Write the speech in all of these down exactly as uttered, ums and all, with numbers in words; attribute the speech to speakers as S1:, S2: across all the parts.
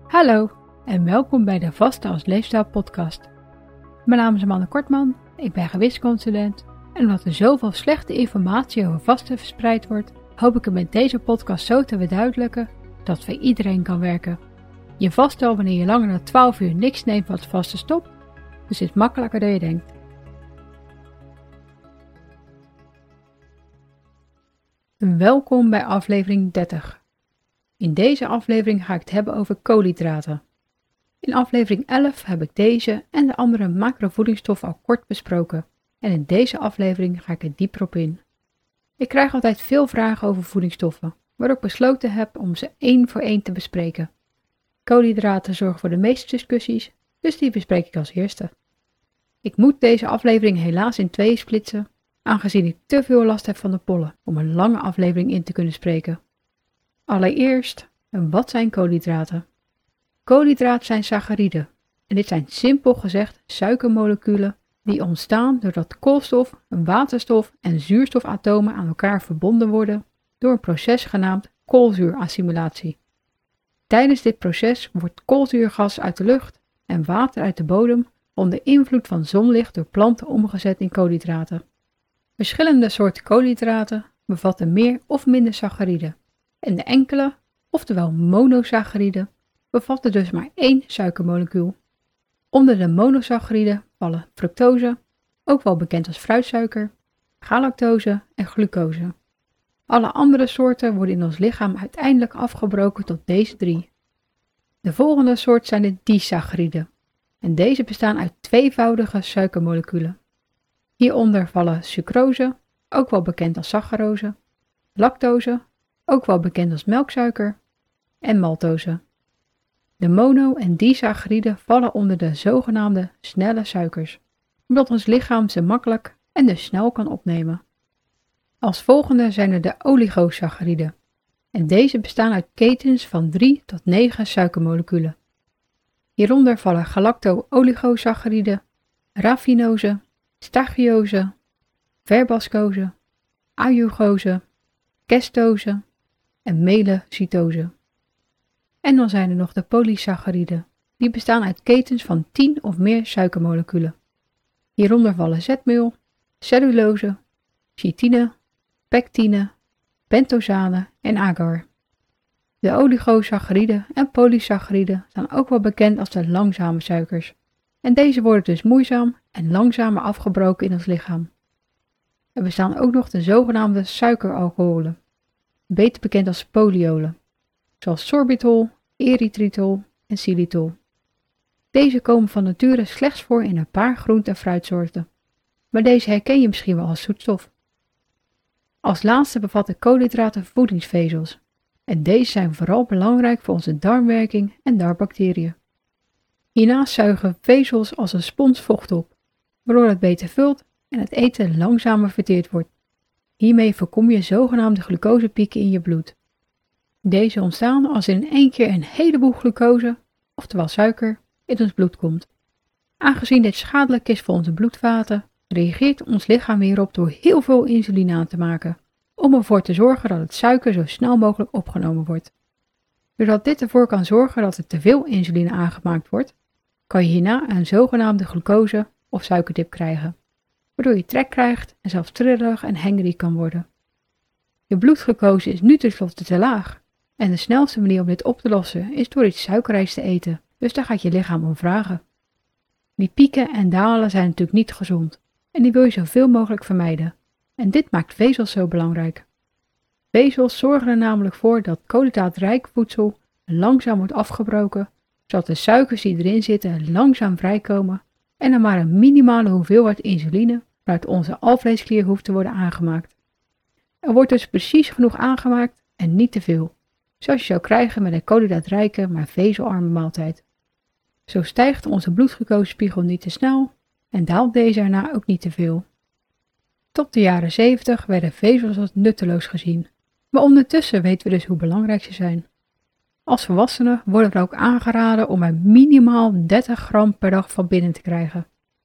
S1: Hallo en welkom bij de Vaste als Leefstijl podcast. Mijn naam is Amanda Kortman, ik ben gewichtsconsulent en omdat er zoveel slechte informatie over vasten verspreid wordt, hoop ik het met deze podcast zo te verduidelijken dat voor iedereen kan werken. Je vast al wanneer je langer dan twaalf uur niks neemt wat vasten stopt, dus het is makkelijker dan je denkt. Welkom bij aflevering dertig. In deze aflevering ga ik het hebben over koolhydraten. In aflevering elf heb ik deze en de andere macrovoedingsstoffen al kort besproken en in deze aflevering ga ik er dieper op in. Ik krijg altijd veel vragen over voedingsstoffen, waardoor ik besloten heb om ze één voor één te bespreken. Koolhydraten zorgen voor de meeste discussies, dus die bespreek ik als eerste. Ik moet deze aflevering helaas in tweeën splitsen, aangezien ik te veel last heb van de pollen om een lange aflevering in te kunnen spreken. Allereerst, wat zijn koolhydraten? Koolhydraten zijn sacchariden en dit zijn simpel gezegd suikermoleculen die ontstaan doordat koolstof, waterstof en zuurstofatomen aan elkaar verbonden worden door een proces genaamd koolzuurassimilatie. Tijdens dit proces wordt koolzuurgas uit de lucht en water uit de bodem onder invloed van zonlicht door planten omgezet in koolhydraten. Verschillende soorten koolhydraten bevatten meer of minder sacchariden en de enkele, oftewel monosacchariden, bevatten dus maar één suikermolecuul. Onder de monosacchariden vallen fructose, ook wel bekend als fruitsuiker, galactose en glucose. Alle andere soorten worden in ons lichaam uiteindelijk afgebroken tot deze drie. De volgende soort zijn de disacchariden en deze bestaan uit tweevoudige suikermoleculen. Hieronder vallen sucrose, ook wel bekend als saccharose, lactose, ook wel bekend als melksuiker, en maltose. De mono- en disacchariden vallen onder de zogenaamde snelle suikers, omdat ons lichaam ze makkelijk en dus snel kan opnemen. Als volgende zijn er de oligosacchariden, en deze bestaan uit ketens van drie tot negen suikermoleculen. Hieronder vallen galacto-oligosacchariden, raffinose, stachiose, verbascose, ajourose, kestose en melecytose. En dan zijn er nog de polysacchariden, die bestaan uit ketens van tien of meer suikermoleculen. Hieronder vallen zetmeel, cellulose, chitine, pectine, pentosane en agar. De oligosacchariden en polysacchariden staan ook wel bekend als de langzame suikers. En deze worden dus moeizaam en langzamer afgebroken in ons lichaam. Er bestaan ook nog de zogenaamde suikeralcoholen, beter bekend als polyolen, zoals sorbitol, erythritol en xylitol. Deze komen van nature slechts voor in een paar groente- en fruitsoorten, maar deze herken je misschien wel als zoetstof. Als laatste bevatten koolhydraten voedingsvezels en deze zijn vooral belangrijk voor onze darmwerking en darmbacteriën. Hiernaast zuigen vezels als een spons vocht op, waardoor het beter vult en het eten langzamer verteerd wordt. Hiermee voorkom je zogenaamde glucosepieken in je bloed. Deze ontstaan als er in één keer een heleboel glucose, oftewel suiker, in ons bloed komt. Aangezien dit schadelijk is voor onze bloedvaten, reageert ons lichaam hierop door heel veel insuline aan te maken, om ervoor te zorgen dat het suiker zo snel mogelijk opgenomen wordt. Doordat dit ervoor kan zorgen dat er te veel insuline aangemaakt wordt, kan je hierna een zogenaamde glucose of suikerdip krijgen, waardoor je trek krijgt en zelfs trillerig en hangry kan worden. Je bloedglucose is nu tenslotte te laag en de snelste manier om dit op te lossen is door iets suikerrijks te eten, dus daar gaat je lichaam om vragen. Die pieken en dalen zijn natuurlijk niet gezond en die wil je zoveel mogelijk vermijden en dit maakt vezels zo belangrijk. Vezels zorgen er namelijk voor dat koolhydraatrijk voedsel langzaam wordt afgebroken, zodat de suikers die erin zitten langzaam vrijkomen en er maar een minimale hoeveelheid insuline vanuit onze alvleesklier hoeft te worden aangemaakt. Er wordt dus precies genoeg aangemaakt en niet te veel, zoals je zou krijgen met een koolhydraatrijke maar vezelarme maaltijd. Zo stijgt onze bloedglucosespiegel niet te snel en daalt deze erna ook niet te veel. Tot de jaren zeventig werden vezels als nutteloos gezien, maar ondertussen weten we dus hoe belangrijk ze zijn. Als volwassenen worden we ook aangeraden om er minimaal dertig gram per dag van binnen te krijgen.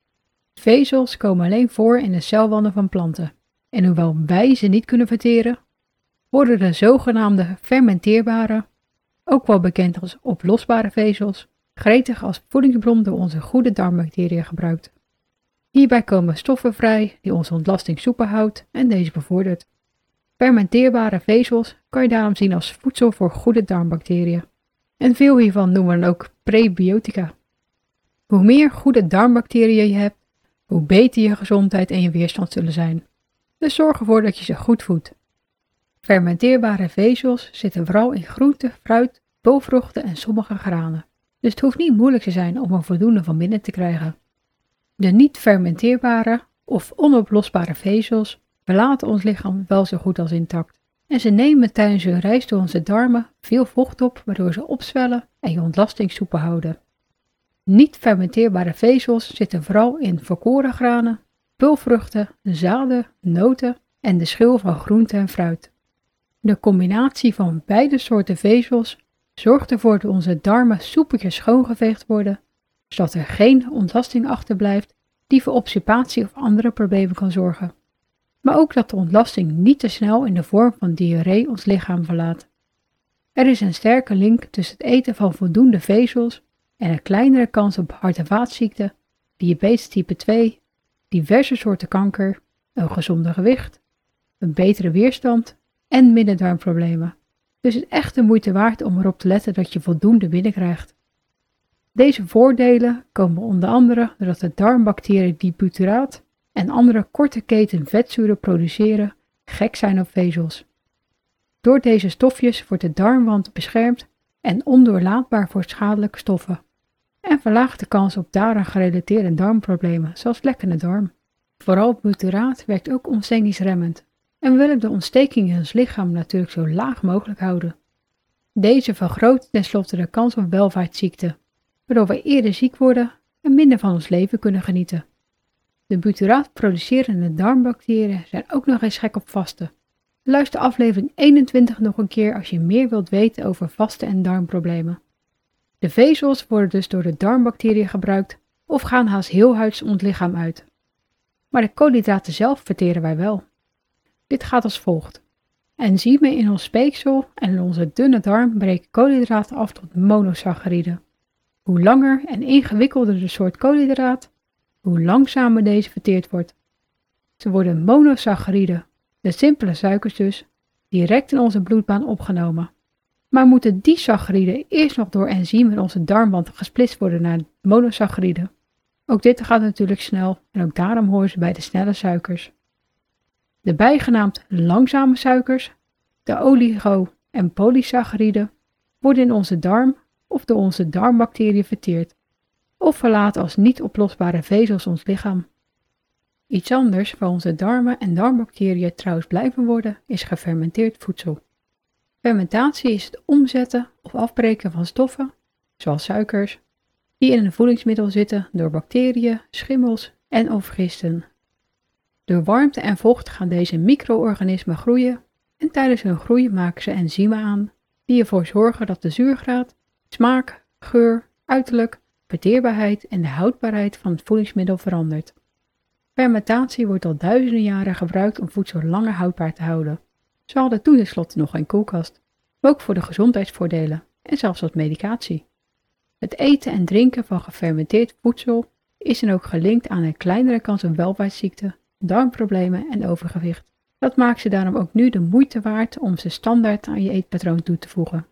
S1: Vezels komen alleen voor in de celwanden van planten en hoewel wij ze niet kunnen verteren, worden de zogenaamde fermenteerbare ook wel bekend als oplosbare vezels, gretig als voedingsbron door onze goede darmbacteriën gebruikt. Hierbij komen stoffen vrij die onze ontlasting soepel houdt en deze bevordert. Fermenteerbare vezels kan je daarom zien als voedsel voor goede darmbacteriën. En veel hiervan noemen we dan ook prebiotica. Hoe meer goede darmbacteriën je hebt, hoe beter je gezondheid en je weerstand zullen zijn. Dus zorg ervoor dat je ze goed voedt. Fermenteerbare vezels zitten vooral in groenten, fruit, bolvruchten en sommige granen. Dus het hoeft niet moeilijk te zijn om er voldoende van binnen te krijgen. De niet fermenteerbare of onoplosbare vezels verlaten ons lichaam wel zo goed als intact. En ze nemen tijdens hun reis door onze darmen veel vocht op, waardoor ze opzwellen en je ontlasting soepel houden. Niet fermenteerbare vezels zitten vooral in volkoren granen, pulvruchten, zaden, noten en de schil van groente en fruit. De combinatie van beide soorten vezels zorgt ervoor dat onze darmen soepeltjes schoongeveegd worden, zodat er geen ontlasting achterblijft die voor obstipatie of andere problemen kan zorgen. Maar ook dat de ontlasting niet te snel in de vorm van diarree ons lichaam verlaat. Er is een sterke link tussen het eten van voldoende vezels en een kleinere kans op hart- en vaatziekten, diabetes type twee, diverse soorten kanker, een gezonder gewicht, een betere weerstand en middendarmproblemen. Dus het is echt de moeite waard om erop te letten dat je voldoende binnenkrijgt. Deze voordelen komen onder andere doordat de darmbacteriën die butyraat en andere korte keten vetzuren produceren gek zijn op vezels. Door deze stofjes wordt de darmwand beschermd en ondoorlaatbaar voor schadelijke stoffen en verlaagt de kans op daaraan gerelateerde darmproblemen zoals lekkende darm. Vooral butyraat werkt ook ontstekingsremmend en we willen de ontsteking in ons lichaam natuurlijk zo laag mogelijk houden. Deze vergroot tenslotte de kans op welvaartsziekten, waardoor we eerder ziek worden en minder van ons leven kunnen genieten. De butyraat producerende darmbacteriën zijn ook nog eens gek op vasten. Luister aflevering eenentwintig nog een keer als je meer wilt weten over vasten en darmproblemen. De vezels worden dus door de darmbacteriën gebruikt of gaan haast heelhuids ons lichaam uit. Maar de koolhydraten zelf verteren wij wel. Dit gaat als volgt. Enzymen in ons speeksel en in onze dunne darm breken koolhydraten af tot monosacchariden. Hoe langer en ingewikkelder de soort koolhydraat, hoe langzamer deze verteerd wordt. Ze worden monosacchariden, de simpele suikers dus, direct in onze bloedbaan opgenomen. Maar moeten die sacchariden eerst nog door enzymen in onze darmwand gesplitst worden naar monosacchariden? Ook dit gaat natuurlijk snel en ook daarom horen ze bij de snelle suikers. De bijgenaamd langzame suikers, de oligo- en polysacchariden, worden in onze darm of door onze darmbacteriën verteerd, of verlaten als niet oplosbare vezels ons lichaam. Iets anders waar onze darmen en darmbacteriën trouwens blijven worden, is gefermenteerd voedsel. Fermentatie is het omzetten of afbreken van stoffen, zoals suikers, die in een voedingsmiddel zitten door bacteriën, schimmels en of gisten. Door warmte en vocht gaan deze micro-organismen groeien en tijdens hun groei maken ze enzymen aan die ervoor zorgen dat de zuurgraad, smaak, geur, uiterlijk, verteerbaarheid en de houdbaarheid van het voedingsmiddel verandert. Fermentatie wordt al duizenden jaren gebruikt om voedsel langer houdbaar te houden. Ze hadden toen tenslotte nog geen koelkast, maar ook voor de gezondheidsvoordelen en zelfs als medicatie. Het eten en drinken van gefermenteerd voedsel is dan ook gelinkt aan een kleinere kans op welvaartsziekten, darmproblemen en overgewicht. Dat maakt ze daarom ook nu de moeite waard om ze standaard aan je eetpatroon toe te voegen.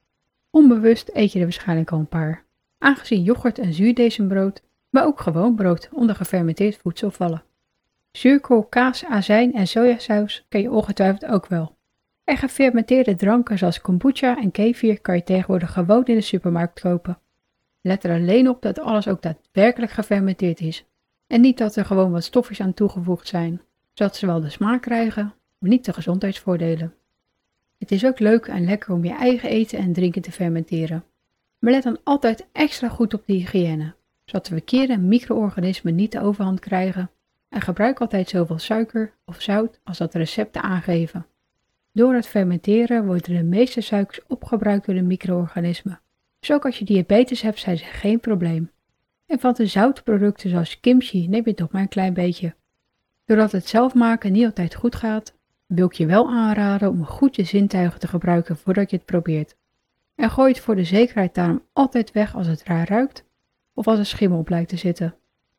S1: Onbewust eet je er waarschijnlijk al een paar, aangezien yoghurt en zuurdesembrood, maar ook gewoon brood onder gefermenteerd voedsel vallen. Zuurkool, kaas, azijn en sojasaus ken je ongetwijfeld ook wel. En gefermenteerde dranken zoals kombucha en kefir kan je tegenwoordig gewoon in de supermarkt kopen. Let er alleen op dat alles ook daadwerkelijk gefermenteerd is en niet dat er gewoon wat stofjes aan toegevoegd zijn, zodat ze wel de smaak krijgen, maar niet de gezondheidsvoordelen. Het is ook leuk en lekker om je eigen eten en drinken te fermenteren. Maar let dan altijd extra goed op de hygiëne, zodat de verkeerde micro-organismen niet de overhand krijgen en gebruik altijd zoveel suiker of zout als dat de recepten aangeven. Door het fermenteren worden de meeste suikers opgebruikt door de micro-organismen. Dus ook als je diabetes hebt zijn ze geen probleem. En van de zoutproducten zoals kimchi neem je toch maar een klein beetje. Doordat het zelf maken niet altijd goed gaat, wil ik je wel aanraden om goed je zintuigen te gebruiken voordat je het probeert. en gooi het voor de zekerheid daarom altijd weg als het raar ruikt of als er schimmel op lijkt te zitten.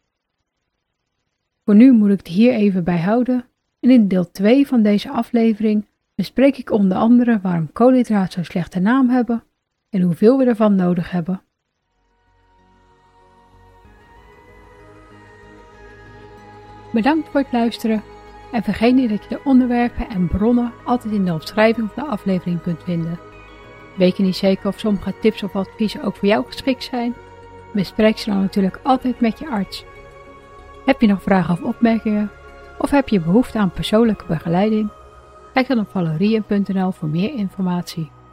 S1: Voor nu moet ik het hier even bij houden en in deel twee van deze aflevering bespreek ik onder andere waarom koolhydraten zo'n slechte naam hebben en hoeveel we ervan nodig hebben. Bedankt voor het luisteren en vergeet niet dat je de onderwerpen en bronnen altijd in de omschrijving van de aflevering kunt vinden. Weet je niet zeker of sommige tips of adviezen ook voor jou geschikt zijn? Bespreek ze dan natuurlijk altijd met je arts. Heb je nog vragen of opmerkingen? Of heb je behoefte aan persoonlijke begeleiding? Kijk dan op valerien punt n l voor meer informatie.